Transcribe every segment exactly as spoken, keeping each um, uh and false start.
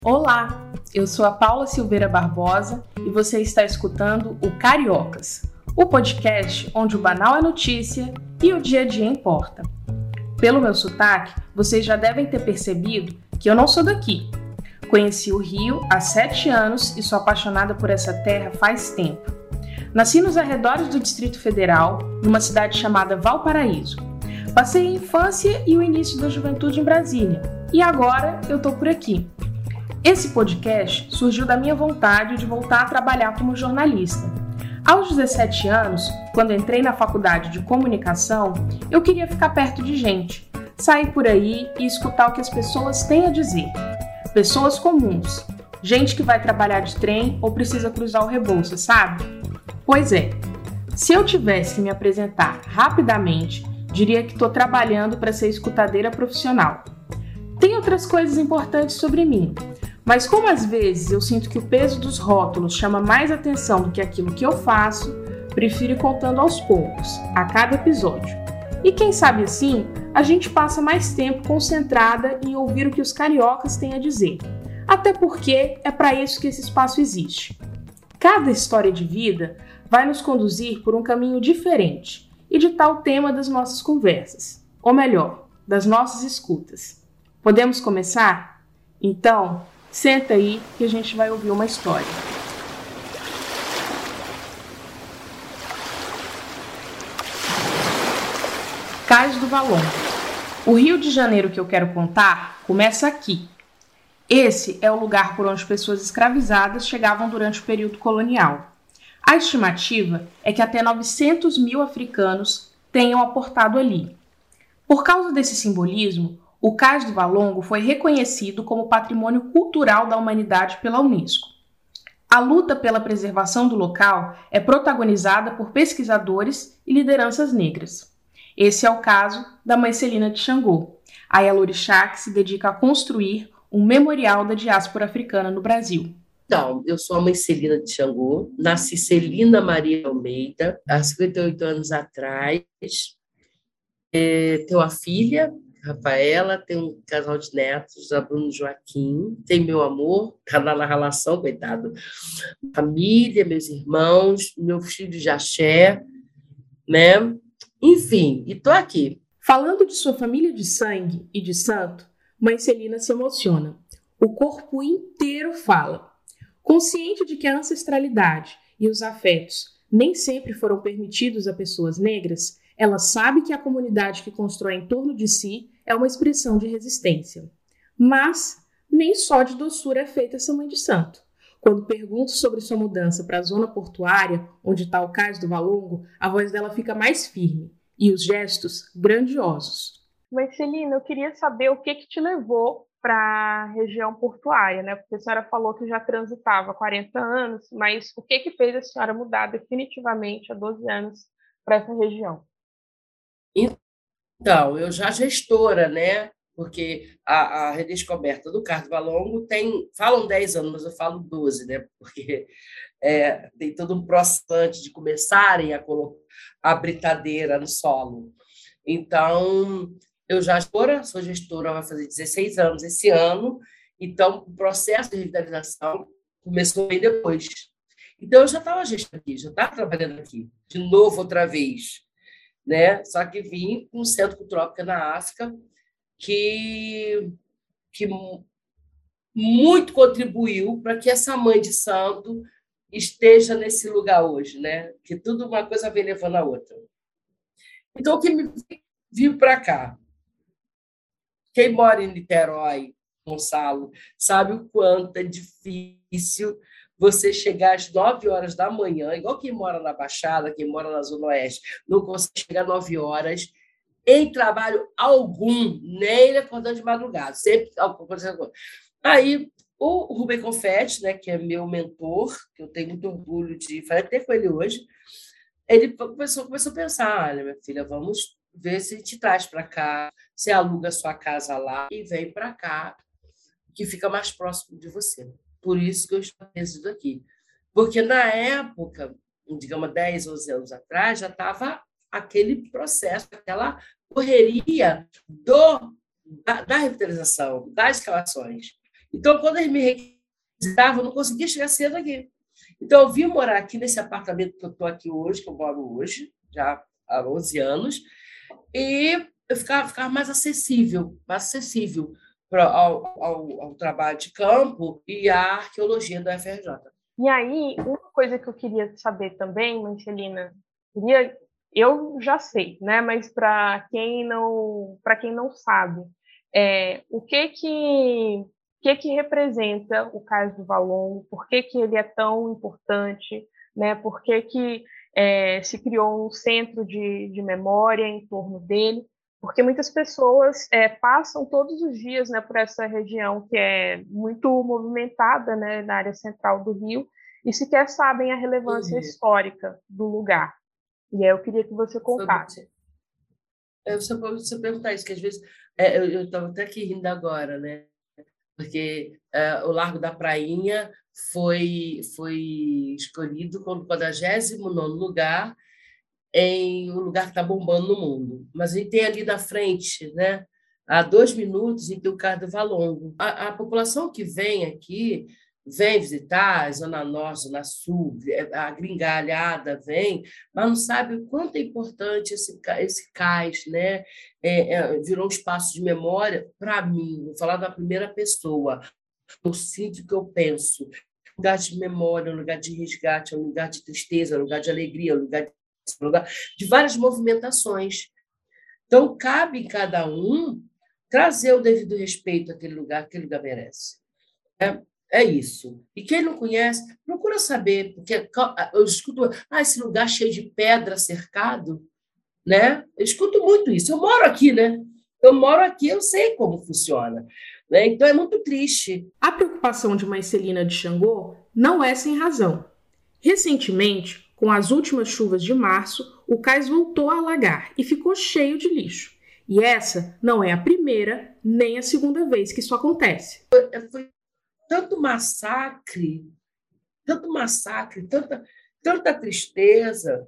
Olá, eu sou a Paula Silveira Barbosa e você está escutando o Cariocas, o podcast onde o banal é notícia e o dia a dia importa. Pelo meu sotaque, vocês já devem ter percebido que eu não sou daqui. Conheci o Rio há sete anos e sou apaixonada por essa terra faz tempo. Nasci nos arredores do Distrito Federal, numa cidade chamada Valparaíso. Passei a infância e o início da juventude em Brasília, e agora eu tô por aqui. Esse podcast surgiu da minha vontade de voltar a trabalhar como jornalista. Aos dezessete anos, quando entrei na faculdade de comunicação, eu queria ficar perto de gente, sair por aí e escutar o que as pessoas têm a dizer. Pessoas comuns, gente que vai trabalhar de trem ou precisa cruzar o Rebouças, sabe? Pois é, se eu tivesse que me apresentar rapidamente, diria que estou trabalhando para ser escutadeira profissional. Tem outras coisas importantes sobre mim, mas como às vezes eu sinto que o peso dos rótulos chama mais atenção do que aquilo que eu faço, prefiro ir contando aos poucos, a cada episódio. E quem sabe assim, a gente passa mais tempo concentrada em ouvir o que os cariocas têm a dizer. Até porque é para isso que esse espaço existe. Cada história de vida vai nos conduzir por um caminho diferente e ditar o tema das nossas conversas, ou melhor, das nossas escutas. Podemos começar? Então, senta aí que a gente vai ouvir uma história. Cais do Valongo. O Rio de Janeiro que eu quero contar começa aqui. Esse é o lugar por onde pessoas escravizadas chegavam durante o período colonial. A estimativa é que até novecentos mil africanos tenham aportado ali. Por causa desse simbolismo, o Cais do Valongo foi reconhecido como Patrimônio Cultural da Humanidade pela Unesco. A luta pela preservação do local é protagonizada por pesquisadores e lideranças negras. Esse é o caso da Mãe Celina de Xangô, a Yalorixá que se dedica a construir um memorial da diáspora africana no Brasil. Então, eu sou a Mãe Celina de Xangô, nasci Celina Maria Almeida, há cinquenta e oito anos atrás. É, tenho uma filha, Rafaela, tem um casal de netos, a Bruno Joaquim, tem meu amor, está na relação, coitado, família, meus irmãos, meu filho de Jaxé, né? Enfim, e estou aqui. Falando de sua família de sangue e de santo, Mãe Celina se emociona. O corpo inteiro fala. Consciente de que a ancestralidade e os afetos nem sempre foram permitidos a pessoas negras, ela sabe que a comunidade que constrói em torno de si é uma expressão de resistência. Mas nem só de doçura é feita essa mãe de santo. Quando pergunto sobre sua mudança para a zona portuária, onde está o Cais do Valongo, a voz dela fica mais firme e os gestos grandiosos. Mas, Celina, eu queria saber o que, que te levou para a região portuária, né? Porque a senhora falou que já transitava há quarenta anos, mas o que, que fez a senhora mudar definitivamente há doze anos para essa região? Então, eu já gestora, né? Porque a, a redescoberta do Cais do Valongo tem, falam dez anos, mas eu falo doze, né? Porque é, tem todo um processo antes de começarem a colocar a britadeira no solo. Então, eu já gestora, sou gestora, vai fazer dezesseis anos esse ano, então o processo de revitalização começou bem depois. Então, eu já estava gestando aqui, já estava trabalhando aqui, de novo outra vez. Né? Só que vim com um centro cultural na África que, que muito contribuiu para que essa mãe de santo esteja nesse lugar hoje, né? Que tudo uma coisa vem levando a outra. Então, o que me viu para cá? Quem mora em Niterói, Gonçalo, sabe o quanto é difícil você chegar às nove horas da manhã, igual quem mora na Baixada, quem mora na Zona Oeste, não consegue chegar às nove horas em trabalho algum, nem acordando de madrugada, sempre acontecendo. Aí, o Rubem Confetti, né, que é meu mentor, que eu tenho muito orgulho de falar até com ele hoje, ele começou, começou a pensar, olha, minha filha, vamos ver se te traz para cá, você aluga a sua casa lá e vem para cá, que fica mais próximo de você. Por isso que eu estou residindo aqui. Porque, na época, digamos, dez, onze anos atrás, já estava aquele processo, aquela correria do, da, da revitalização, das escavações. Então, quando eles me requisitavam, eu não conseguia chegar cedo aqui. Então, eu vim morar aqui nesse apartamento que eu estou aqui hoje, que eu moro hoje, já há onze anos, e eu ficava, ficava mais acessível, mais acessível pra, ao, ao, ao trabalho de campo e à arqueologia da U F R J. E aí, uma coisa que eu queria saber também, Marcelina, queria, eu já sei, né? Mas para quem não, para quem não sabe, é, o que que, que que representa o Cais do Valongo? Por que que ele é tão importante, né? Por que que é, se criou um centro de, de memória em torno dele? Porque muitas pessoas é, passam todos os dias, né, por essa região que é muito movimentada, né, na área central do Rio, e sequer sabem a relevância uhum. histórica do lugar. E aí eu queria que você contasse. Eu só vou você perguntar isso, que às vezes é, eu estava até aqui rindo agora, né? Porque é, o Largo da Prainha foi, foi escolhido como o quadragésimo nono lugar em um lugar que está bombando no mundo. Mas a gente tem ali na frente, né, há dois minutos, em que o Cais do Valongo. A, a população que vem aqui, vem visitar a Zona Norte, Zona Sul, a gringalhada vem, mas não sabe o quanto é importante esse, esse cais, né? É, é, virou um espaço de memória para mim, vou falar da primeira pessoa, eu sinto o que eu penso. Um lugar de memória, um lugar de resgate, um lugar de tristeza, um lugar de alegria, um lugar de de várias movimentações. Então, cabe em cada um trazer o devido respeito àquele lugar, que aquele lugar merece. É, é isso. E quem não conhece, procura saber, porque eu escuto, ah, esse lugar cheio de pedra cercado, né? Eu escuto muito isso. Eu moro aqui, né? Eu moro aqui, eu sei como funciona. Né? Então, é muito triste. A preocupação de Marcelina de Xangô não é sem razão. Recentemente, com as últimas chuvas de março, o cais voltou a alagar e ficou cheio de lixo. E essa não é a primeira nem a segunda vez que isso acontece. Foi, foi tanto massacre, tanto massacre, tanta, tanta tristeza.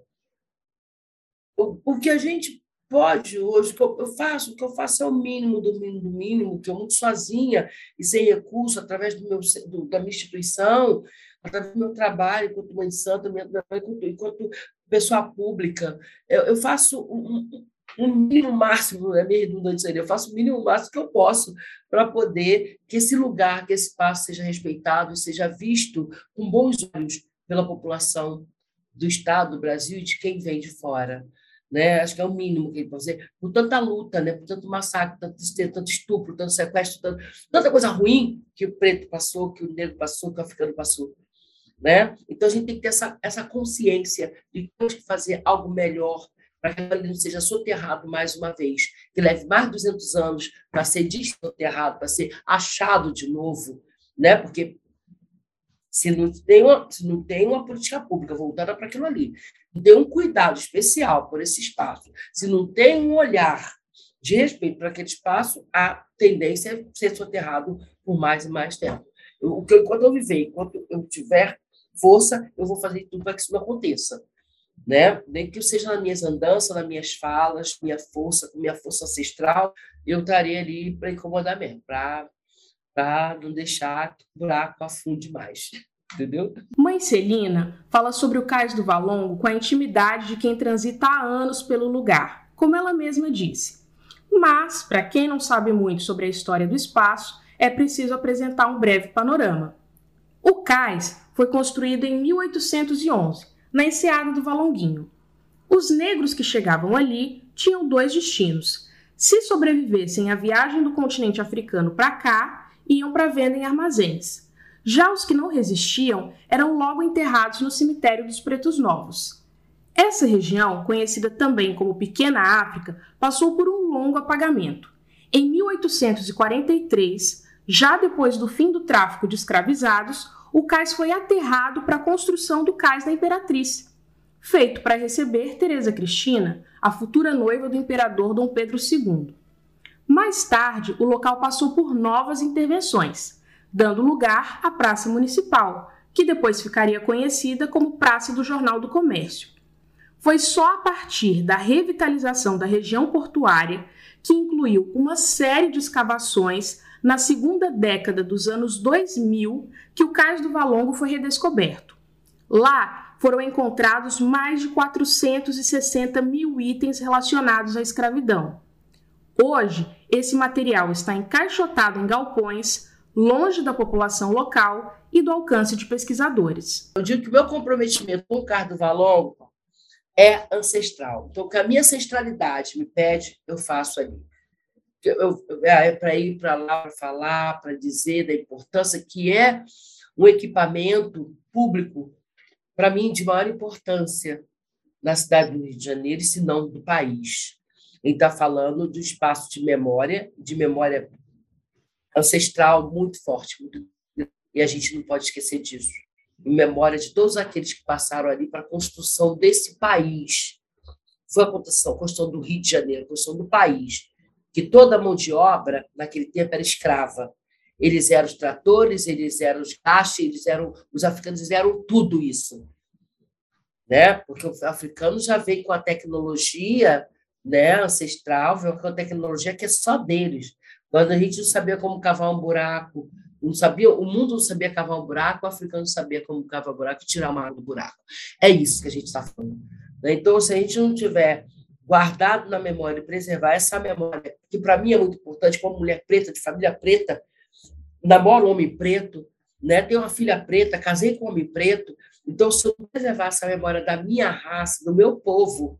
O, o que a gente pode hoje, o que eu, eu faço, o que eu faço é o mínimo do mínimo do mínimo, que eu muito sozinha e sem recurso, através do meu, do, da minha instituição, através do meu trabalho enquanto mãe santa, enquanto, enquanto pessoa pública, eu, eu faço um, um mínimo máximo, é meio redundante, eu faço o mínimo máximo que eu posso para poder que esse lugar, que esse espaço seja respeitado, seja visto com bons olhos pela população do Estado, do Brasil e de quem vem de fora. Né? Acho que é o mínimo que ele pode fazer, por tanta luta, né? Por tanto massacre, tanto, tanto estupro, tanto sequestro, tanto, tanta coisa ruim que o preto passou, que o negro passou, que o africano passou. Né? Então, a gente tem que ter essa, essa consciência de que temos que fazer algo melhor para que ele não seja soterrado mais uma vez, que leve mais de duzentos anos para ser desoterrado, para ser achado de novo, né? Porque se não tem uma, se não tem uma política pública voltada para aquilo ali, não tem um cuidado especial por esse espaço, se não tem um olhar de respeito para aquele espaço, a tendência é ser soterrado por mais e mais tempo. Eu, o que, enquanto eu viver, enquanto eu tiver força, eu vou fazer tudo para que isso não aconteça. Né? Nem que seja nas minhas andanças, nas minhas falas, minha força, minha força ancestral, eu estarei ali para incomodar mesmo, para para não deixar que o buraco afunde mais, entendeu? Mãe Celina fala sobre o Cais do Valongo com a intimidade de quem transita há anos pelo lugar, como ela mesma disse. Mas, para quem não sabe muito sobre a história do espaço, é preciso apresentar um breve panorama. O cais foi construído em mil oitocentos e onze, na enseada do Valonguinho. Os negros que chegavam ali tinham dois destinos. Se sobrevivessem à viagem do continente africano para cá, iam para venda em armazéns. Já os que não resistiam eram logo enterrados no cemitério dos Pretos Novos. Essa região, conhecida também como Pequena África, passou por um longo apagamento. Em mil oitocentos e quarenta e três, já depois do fim do tráfico de escravizados, o cais foi aterrado para a construção do Cais da Imperatriz, feito para receber Teresa Cristina, a futura noiva do imperador Dom Pedro segundo. Mais tarde, o local passou por novas intervenções, dando lugar à Praça Municipal, que depois ficaria conhecida como Praça do Jornal do Comércio. Foi só a partir da revitalização da região portuária, que incluiu uma série de escavações na segunda década dos anos dois mil, que o Cais do Valongo foi redescoberto. Lá foram encontrados mais de quatrocentos e sessenta mil itens relacionados à escravidão. Hoje, esse material está encaixotado em galpões, longe da população local e do alcance de pesquisadores. Eu digo que o meu comprometimento com o Cais do Valongo é ancestral. Então, o que a minha ancestralidade me pede, eu faço ali. Eu, eu, é para ir para lá, para falar, para dizer da importância que é um equipamento público, para mim, de maior importância na cidade do Rio de Janeiro, e se não do país. Ele está falando do espaço de memória, de memória ancestral muito forte, muito, e a gente não pode esquecer disso. Em memória de todos aqueles que passaram ali para a construção desse país. Foi a construção, a construção do Rio de Janeiro, a construção do país, que toda a mão de obra, naquele tempo, era escrava. Eles eram os tratores, eles eram os caixas, eles eram, os africanos eles eram tudo isso. Né? Porque o africano já vem com a tecnologia, né, ancestral, vem com a tecnologia que é só deles. Quando a gente não sabia como cavar um buraco, não sabia, o mundo não sabia cavar um buraco, o africano não sabia como cavar um buraco e tirar uma água do buraco. É isso que a gente está falando. Né? Então, se a gente não tiver guardado na memória e preservar essa memória, que para mim é muito importante, como mulher preta, de família preta, namoro um homem preto, né? Tenho uma filha preta, casei com um homem preto, então, se eu preservar essa memória da minha raça, do meu povo,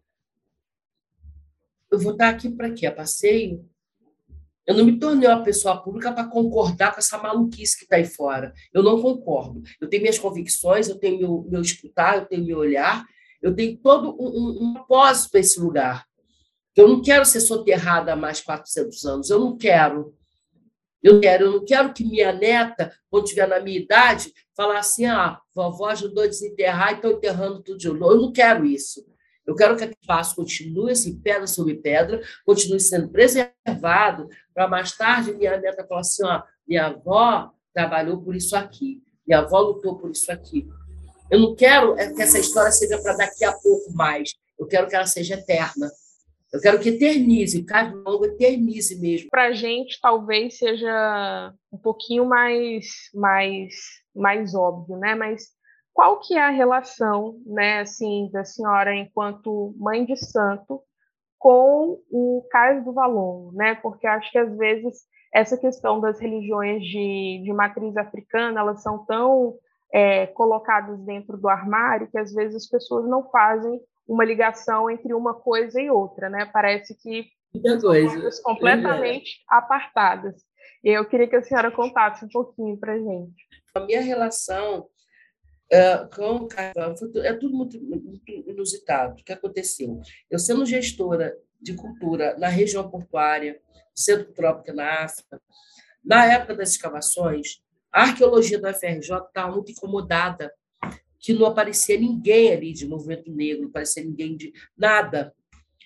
eu vou estar aqui para quê? A passeio? Eu não me tornei uma pessoa pública para concordar com essa maluquice que está aí fora. Eu não concordo. Eu tenho minhas convicções, eu tenho meu, meu escutar, eu tenho meu olhar, eu tenho todo um, um, um propósito para esse lugar. Eu não quero ser soterrada há mais de quatrocentos anos. Eu não quero. Eu quero, eu não quero que minha neta, quando estiver na minha idade, falar assim, ah, vovó ajudou a desenterrar e estou enterrando tudo de novo. Eu não quero isso. Eu quero que aquele espaço continue assim, pedra sobre pedra, continue sendo preservado, para mais tarde minha neta falar assim, ó, minha avó trabalhou por isso aqui, minha avó lutou por isso aqui. Eu não quero que essa história seja para daqui a pouco mais, eu quero que ela seja eterna. Eu quero que eternize, o Cais do Valongo eternize mesmo. Para a gente, talvez seja um pouquinho mais, mais, mais óbvio, né? Mas qual que é a relação, né, assim, da senhora enquanto mãe de santo com o Cais do Valongo, né? Porque acho que às vezes essa questão das religiões de, de matriz africana, elas são tão é, colocadas dentro do armário que às vezes as pessoas não fazem uma ligação entre uma coisa e outra, né? Parece que são coisas completamente é. apartadas. E eu queria que a senhora contasse um pouquinho para a gente. A minha relação uh, com o Cais é tudo muito, muito inusitado. O que aconteceu? Eu sendo gestora de cultura na região portuária, Centro Cultural Pequeno na África, na época das escavações, a arqueologia da U F R J estava muito incomodada, que não aparecia ninguém ali de movimento negro, não aparecia ninguém de nada.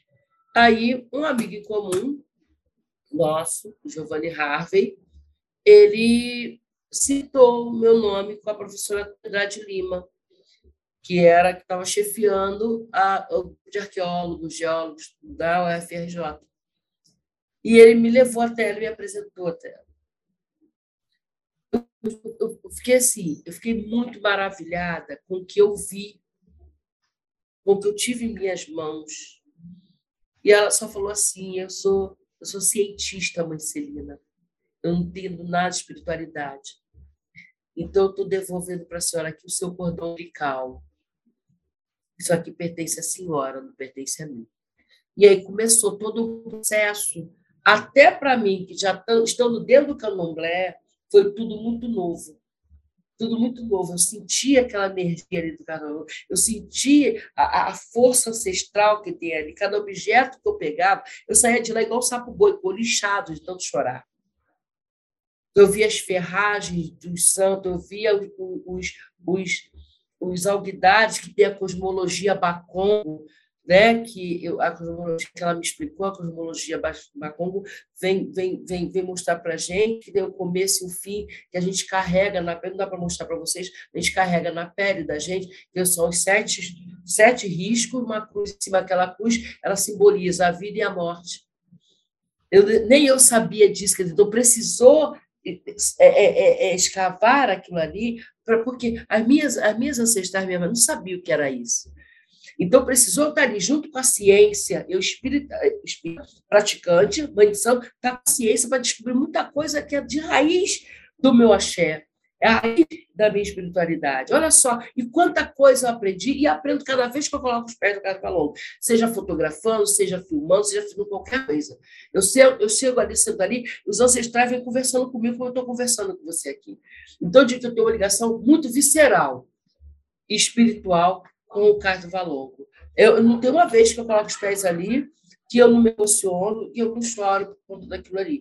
Aí, um amigo em comum, nosso, o Giovanni Harvey, ele citou o meu nome com a professora Andrade Lima, que era que estava chefiando a, o grupo de arqueólogos, geólogos da U F R J. E ele me levou até ela, me apresentou até ela. Eu, eu fiquei assim, eu fiquei muito maravilhada com o que eu vi, com o que eu tive em minhas mãos. E ela só falou assim, eu sou, eu sou cientista, mãe Celina, eu não entendo nada de espiritualidade. Então, eu estou devolvendo para a senhora aqui o seu cordão umbilical. Isso aqui pertence à senhora, não pertence a mim. E aí começou todo o processo, até para mim, que já estando dentro do candomblé, foi tudo muito novo. Tudo muito novo. Eu senti aquela energia ali do candomblé. Eu senti a, a força ancestral que tem ali. Cada objeto que eu pegava, eu saía de lá igual um sapo-boi, lixado de tanto chorar. Eu via as ferragens dos santos, eu via os, os, os alguidares que tem a cosmologia Bakongo, né? Que eu, a cosmologia que ela me explicou, a cosmologia Bakongo, vem, vem, vem, vem mostrar para a gente que tem o começo e o fim, que a gente carrega na pele, não dá para mostrar para vocês, a gente carrega na pele da gente, que são os sete, sete riscos, uma cruz em cima daquela cruz, ela simboliza a vida e a morte. Eu, nem eu sabia disso, quer dizer, então precisou é, é, é escavar aquilo ali, pra, porque as minhas, as minhas ancestrais minha mãe não sabiam o que era isso. Então, precisou estar ali junto com a ciência, eu espírita, espírita praticante, mãe de santo, tá com a ciência para descobrir muita coisa que é de raiz do meu axé, é a raiz da minha espiritualidade. Olha só, e quanta coisa eu aprendi, e aprendo cada vez que eu coloco os pés no Cardo Valongo, seja fotografando, seja filmando, seja fazendo qualquer coisa. Eu chego, eu chego ali, sento ali, os ancestrais vêm conversando comigo como eu estou conversando com você aqui. Então, eu digo que eu tenho uma ligação muito visceral e espiritual com o Cardo Valongo. Eu não tem uma vez que eu coloco os pés ali que eu não me emociono e eu não choro por conta daquilo ali.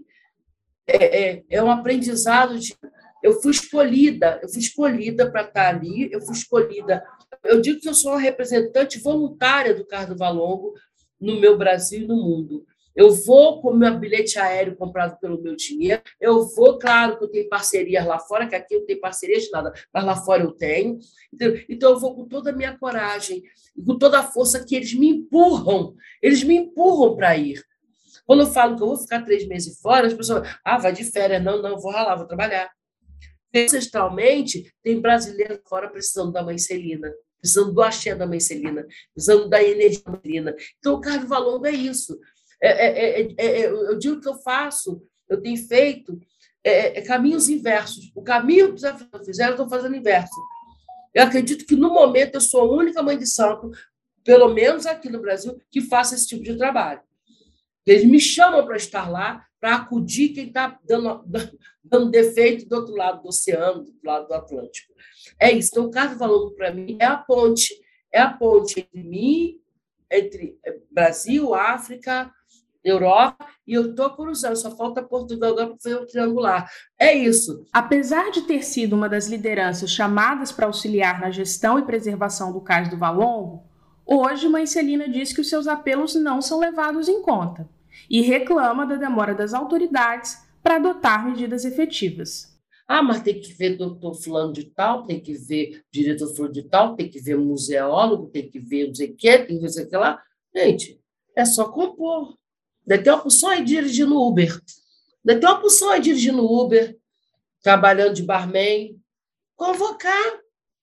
É, é, é um aprendizado de... Eu fui escolhida, eu fui escolhida para estar ali, eu fui escolhida... Eu digo que eu sou uma representante voluntária do Cardo Valongo no meu Brasil e no mundo. Eu vou com o meu bilhete aéreo comprado pelo meu dinheiro, eu vou, claro que eu tenho parcerias lá fora, que aqui eu não tenho parceria de nada, mas lá fora eu tenho. Entendeu? Então, eu vou com toda a minha coragem, e com toda a força que eles me empurram, eles me empurram para ir. Quando eu falo que eu vou ficar três meses fora, as pessoas ah, vai de férias, não, não, vou ralar, vou trabalhar. Ancestralmente, tem brasileiros fora precisando da Mãe Celina, precisando do axé da Mãe Celina, precisando da energia da Mãe Celina. Então, o Cardo Valongo é isso. É, é, é, é, eu digo que eu faço, eu tenho feito é, é, caminhos inversos. O caminho que os fizeram, eu estou fazendo inverso. Eu acredito que, no momento, eu sou a única mãe de santo, pelo menos aqui no Brasil, que faça esse tipo de trabalho. Eles me chamam para estar lá, para acudir quem está dando, dando defeito do outro lado do oceano, do outro lado do Atlântico. É isso. Então, o Cardo Valongo, para mim, é a ponte. É a ponte entre mim, entre Brasil, África, Europa, e eu estou cruzando, só falta Portugal agora para fazer um triangular. É isso. Apesar de ter sido uma das lideranças chamadas para auxiliar na gestão e preservação do Cais do Valongo, hoje Mãe Celina diz que os seus apelos não são levados em conta e reclama da demora das autoridades para adotar medidas efetivas. Ah, mas tem que ver doutor fulano de tal, tem que ver diretor fulano de tal, tem que ver museólogo, tem que ver não sei o que, tem que ver não sei o que lá. Gente, é só compor. Deve ter uma opção aí dirigindo Uber. Deve ter uma opção aí dirigindo Uber, trabalhando de barman. Convocar.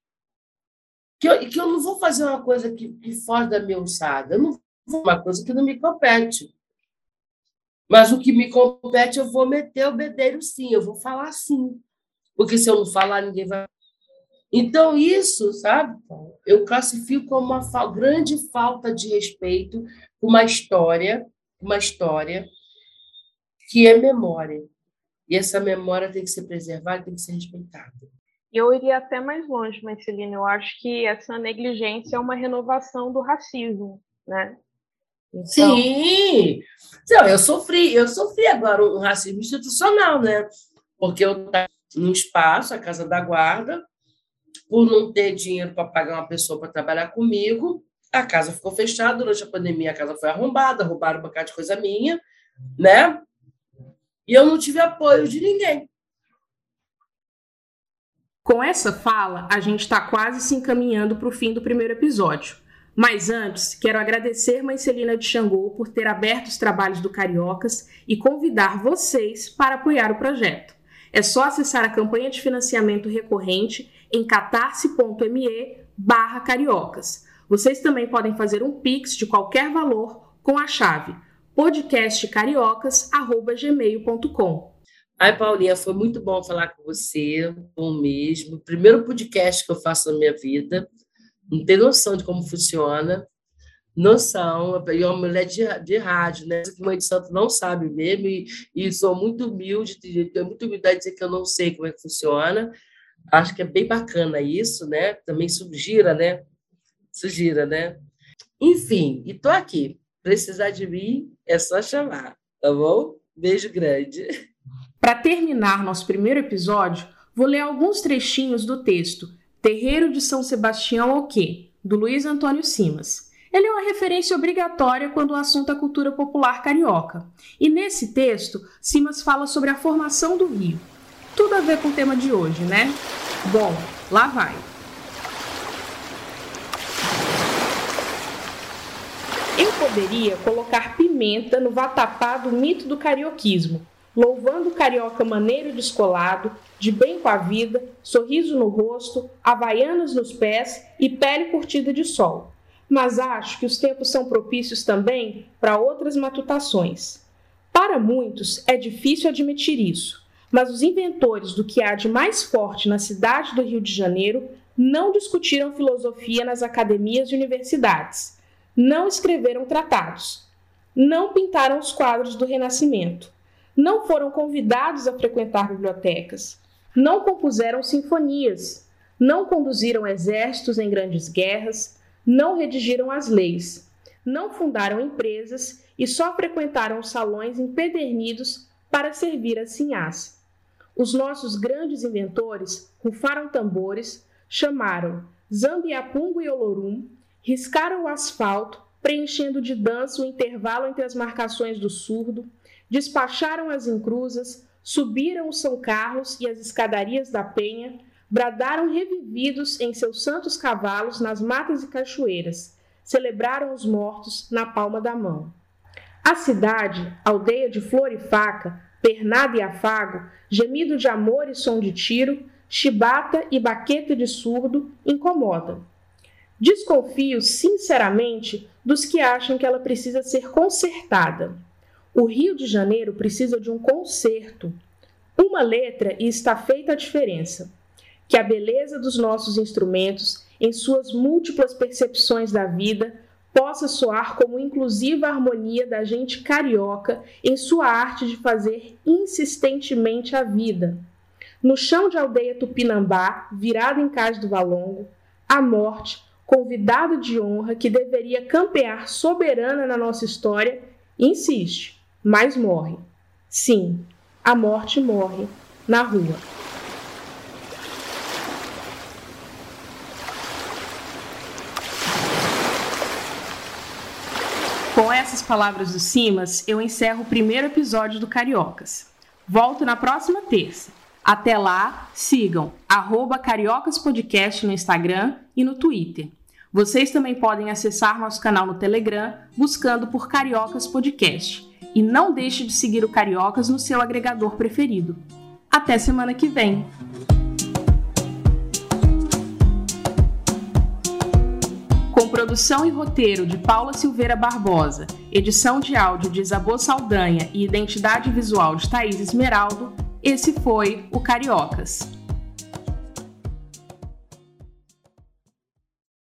Que eu, que eu não vou fazer uma coisa que, que foge da minha alçada. Eu não vou fazer uma coisa que não me compete. Mas o que me compete, eu vou meter o bedelho sim, eu vou falar sim. Porque se eu não falar, ninguém vai... Então, isso, sabe, eu classifico como uma fa- grande falta de respeito com uma história, uma história que é memória. E essa memória tem que ser preservada, tem que ser respeitada. Eu iria até mais longe, Mãe Celina. Eu acho que essa negligência é uma renovação do racismo, né? Então... Sim! Não, eu sofri, eu sofri agora um racismo institucional, né? Porque eu estava num espaço, a Casa da Guarda, por não ter dinheiro para pagar uma pessoa para trabalhar comigo, a casa ficou fechada. Durante a pandemia, a casa foi arrombada, roubaram um bocado de coisa minha, né? E eu não tive apoio de ninguém. Com essa fala, a gente está quase se encaminhando para o fim do primeiro episódio. Mas antes, quero agradecer Mãe Celina de Xangô por ter aberto os trabalhos do Cariocas e convidar vocês para apoiar o projeto. É só acessar a campanha de financiamento recorrente em catarse.me barra cariocas. Vocês também podem fazer um Pix de qualquer valor com a chave podcast cariocas arroba gmail ponto com. Ai, Paulinha, foi muito bom falar com você, bom mesmo. Primeiro podcast que eu faço na minha vida. Não tem noção de como funciona. Noção. E uma mulher de, de rádio, né? Que Mãe de Santo não sabe mesmo. E, e sou muito humilde, tenho muita humildade de dizer que eu não sei como é que funciona. Acho que é bem bacana isso, né? Também sugira, né? Sugira, né? Enfim, e tô aqui. Precisar de mim, é só chamar, tá bom? Beijo grande. Para terminar nosso primeiro episódio, vou ler alguns trechinhos do texto Terreiro de São Sebastião o quê? Do Luiz Antônio Simas. Ele é uma referência obrigatória quando o assunto é cultura popular carioca. E nesse texto, Simas fala sobre a formação do rio. Tudo a ver com o tema de hoje, né? Bom, lá vai. Eu poderia colocar pimenta no vatapá do mito do carioquismo, louvando o carioca maneiro e descolado, de bem com a vida, sorriso no rosto, havaianas nos pés e pele curtida de sol. Mas acho que os tempos são propícios também para outras matutações. Para muitos é difícil admitir isso, mas os inventores do que há de mais forte na cidade do Rio de Janeiro não discutiram filosofia nas academias e universidades, não escreveram tratados, não pintaram os quadros do Renascimento, não foram convidados a frequentar bibliotecas, não compuseram sinfonias, não conduziram exércitos em grandes guerras, não redigiram as leis, não fundaram empresas e só frequentaram salões empedernidos para servir a sinhaça. Os nossos grandes inventores rufaram tambores, chamaram Zambiapungo e Olorum, riscaram o asfalto, preenchendo de dança o intervalo entre as marcações do surdo, despacharam as encruzas, subiram o São Carlos e as escadarias da Penha, bradaram revividos em seus santos cavalos nas matas e cachoeiras, celebraram os mortos na palma da mão. A cidade, aldeia de flor e faca, pernada e afago, gemido de amor e som de tiro, chibata e baqueta de surdo, incomoda. Desconfio, sinceramente, dos que acham que ela precisa ser consertada. O Rio de Janeiro precisa de um concerto. Uma letra e está feita a diferença. Que a beleza dos nossos instrumentos, em suas múltiplas percepções da vida, possa soar como inclusiva harmonia da gente carioca em sua arte de fazer insistentemente a vida. No chão de aldeia Tupinambá, virado em Cais do Valongo, a morte, convidado de honra que deveria campear soberana na nossa história, insiste, mas morre. Sim, a morte morre na rua. Com essas palavras do Simas, eu encerro o primeiro episódio do Cariocas. Volto na próxima terça. Até lá, sigam arroba Cariocas Podcast no Instagram e no Twitter. Vocês também podem acessar nosso canal no Telegram buscando por Cariocas Podcast. E não deixe de seguir o Cariocas no seu agregador preferido. Até semana que vem! Com produção e roteiro de Paula Silveira Barbosa, edição de áudio de Isabô Saldanha e identidade visual de Thaís Esmeraldo, esse foi o Cariocas.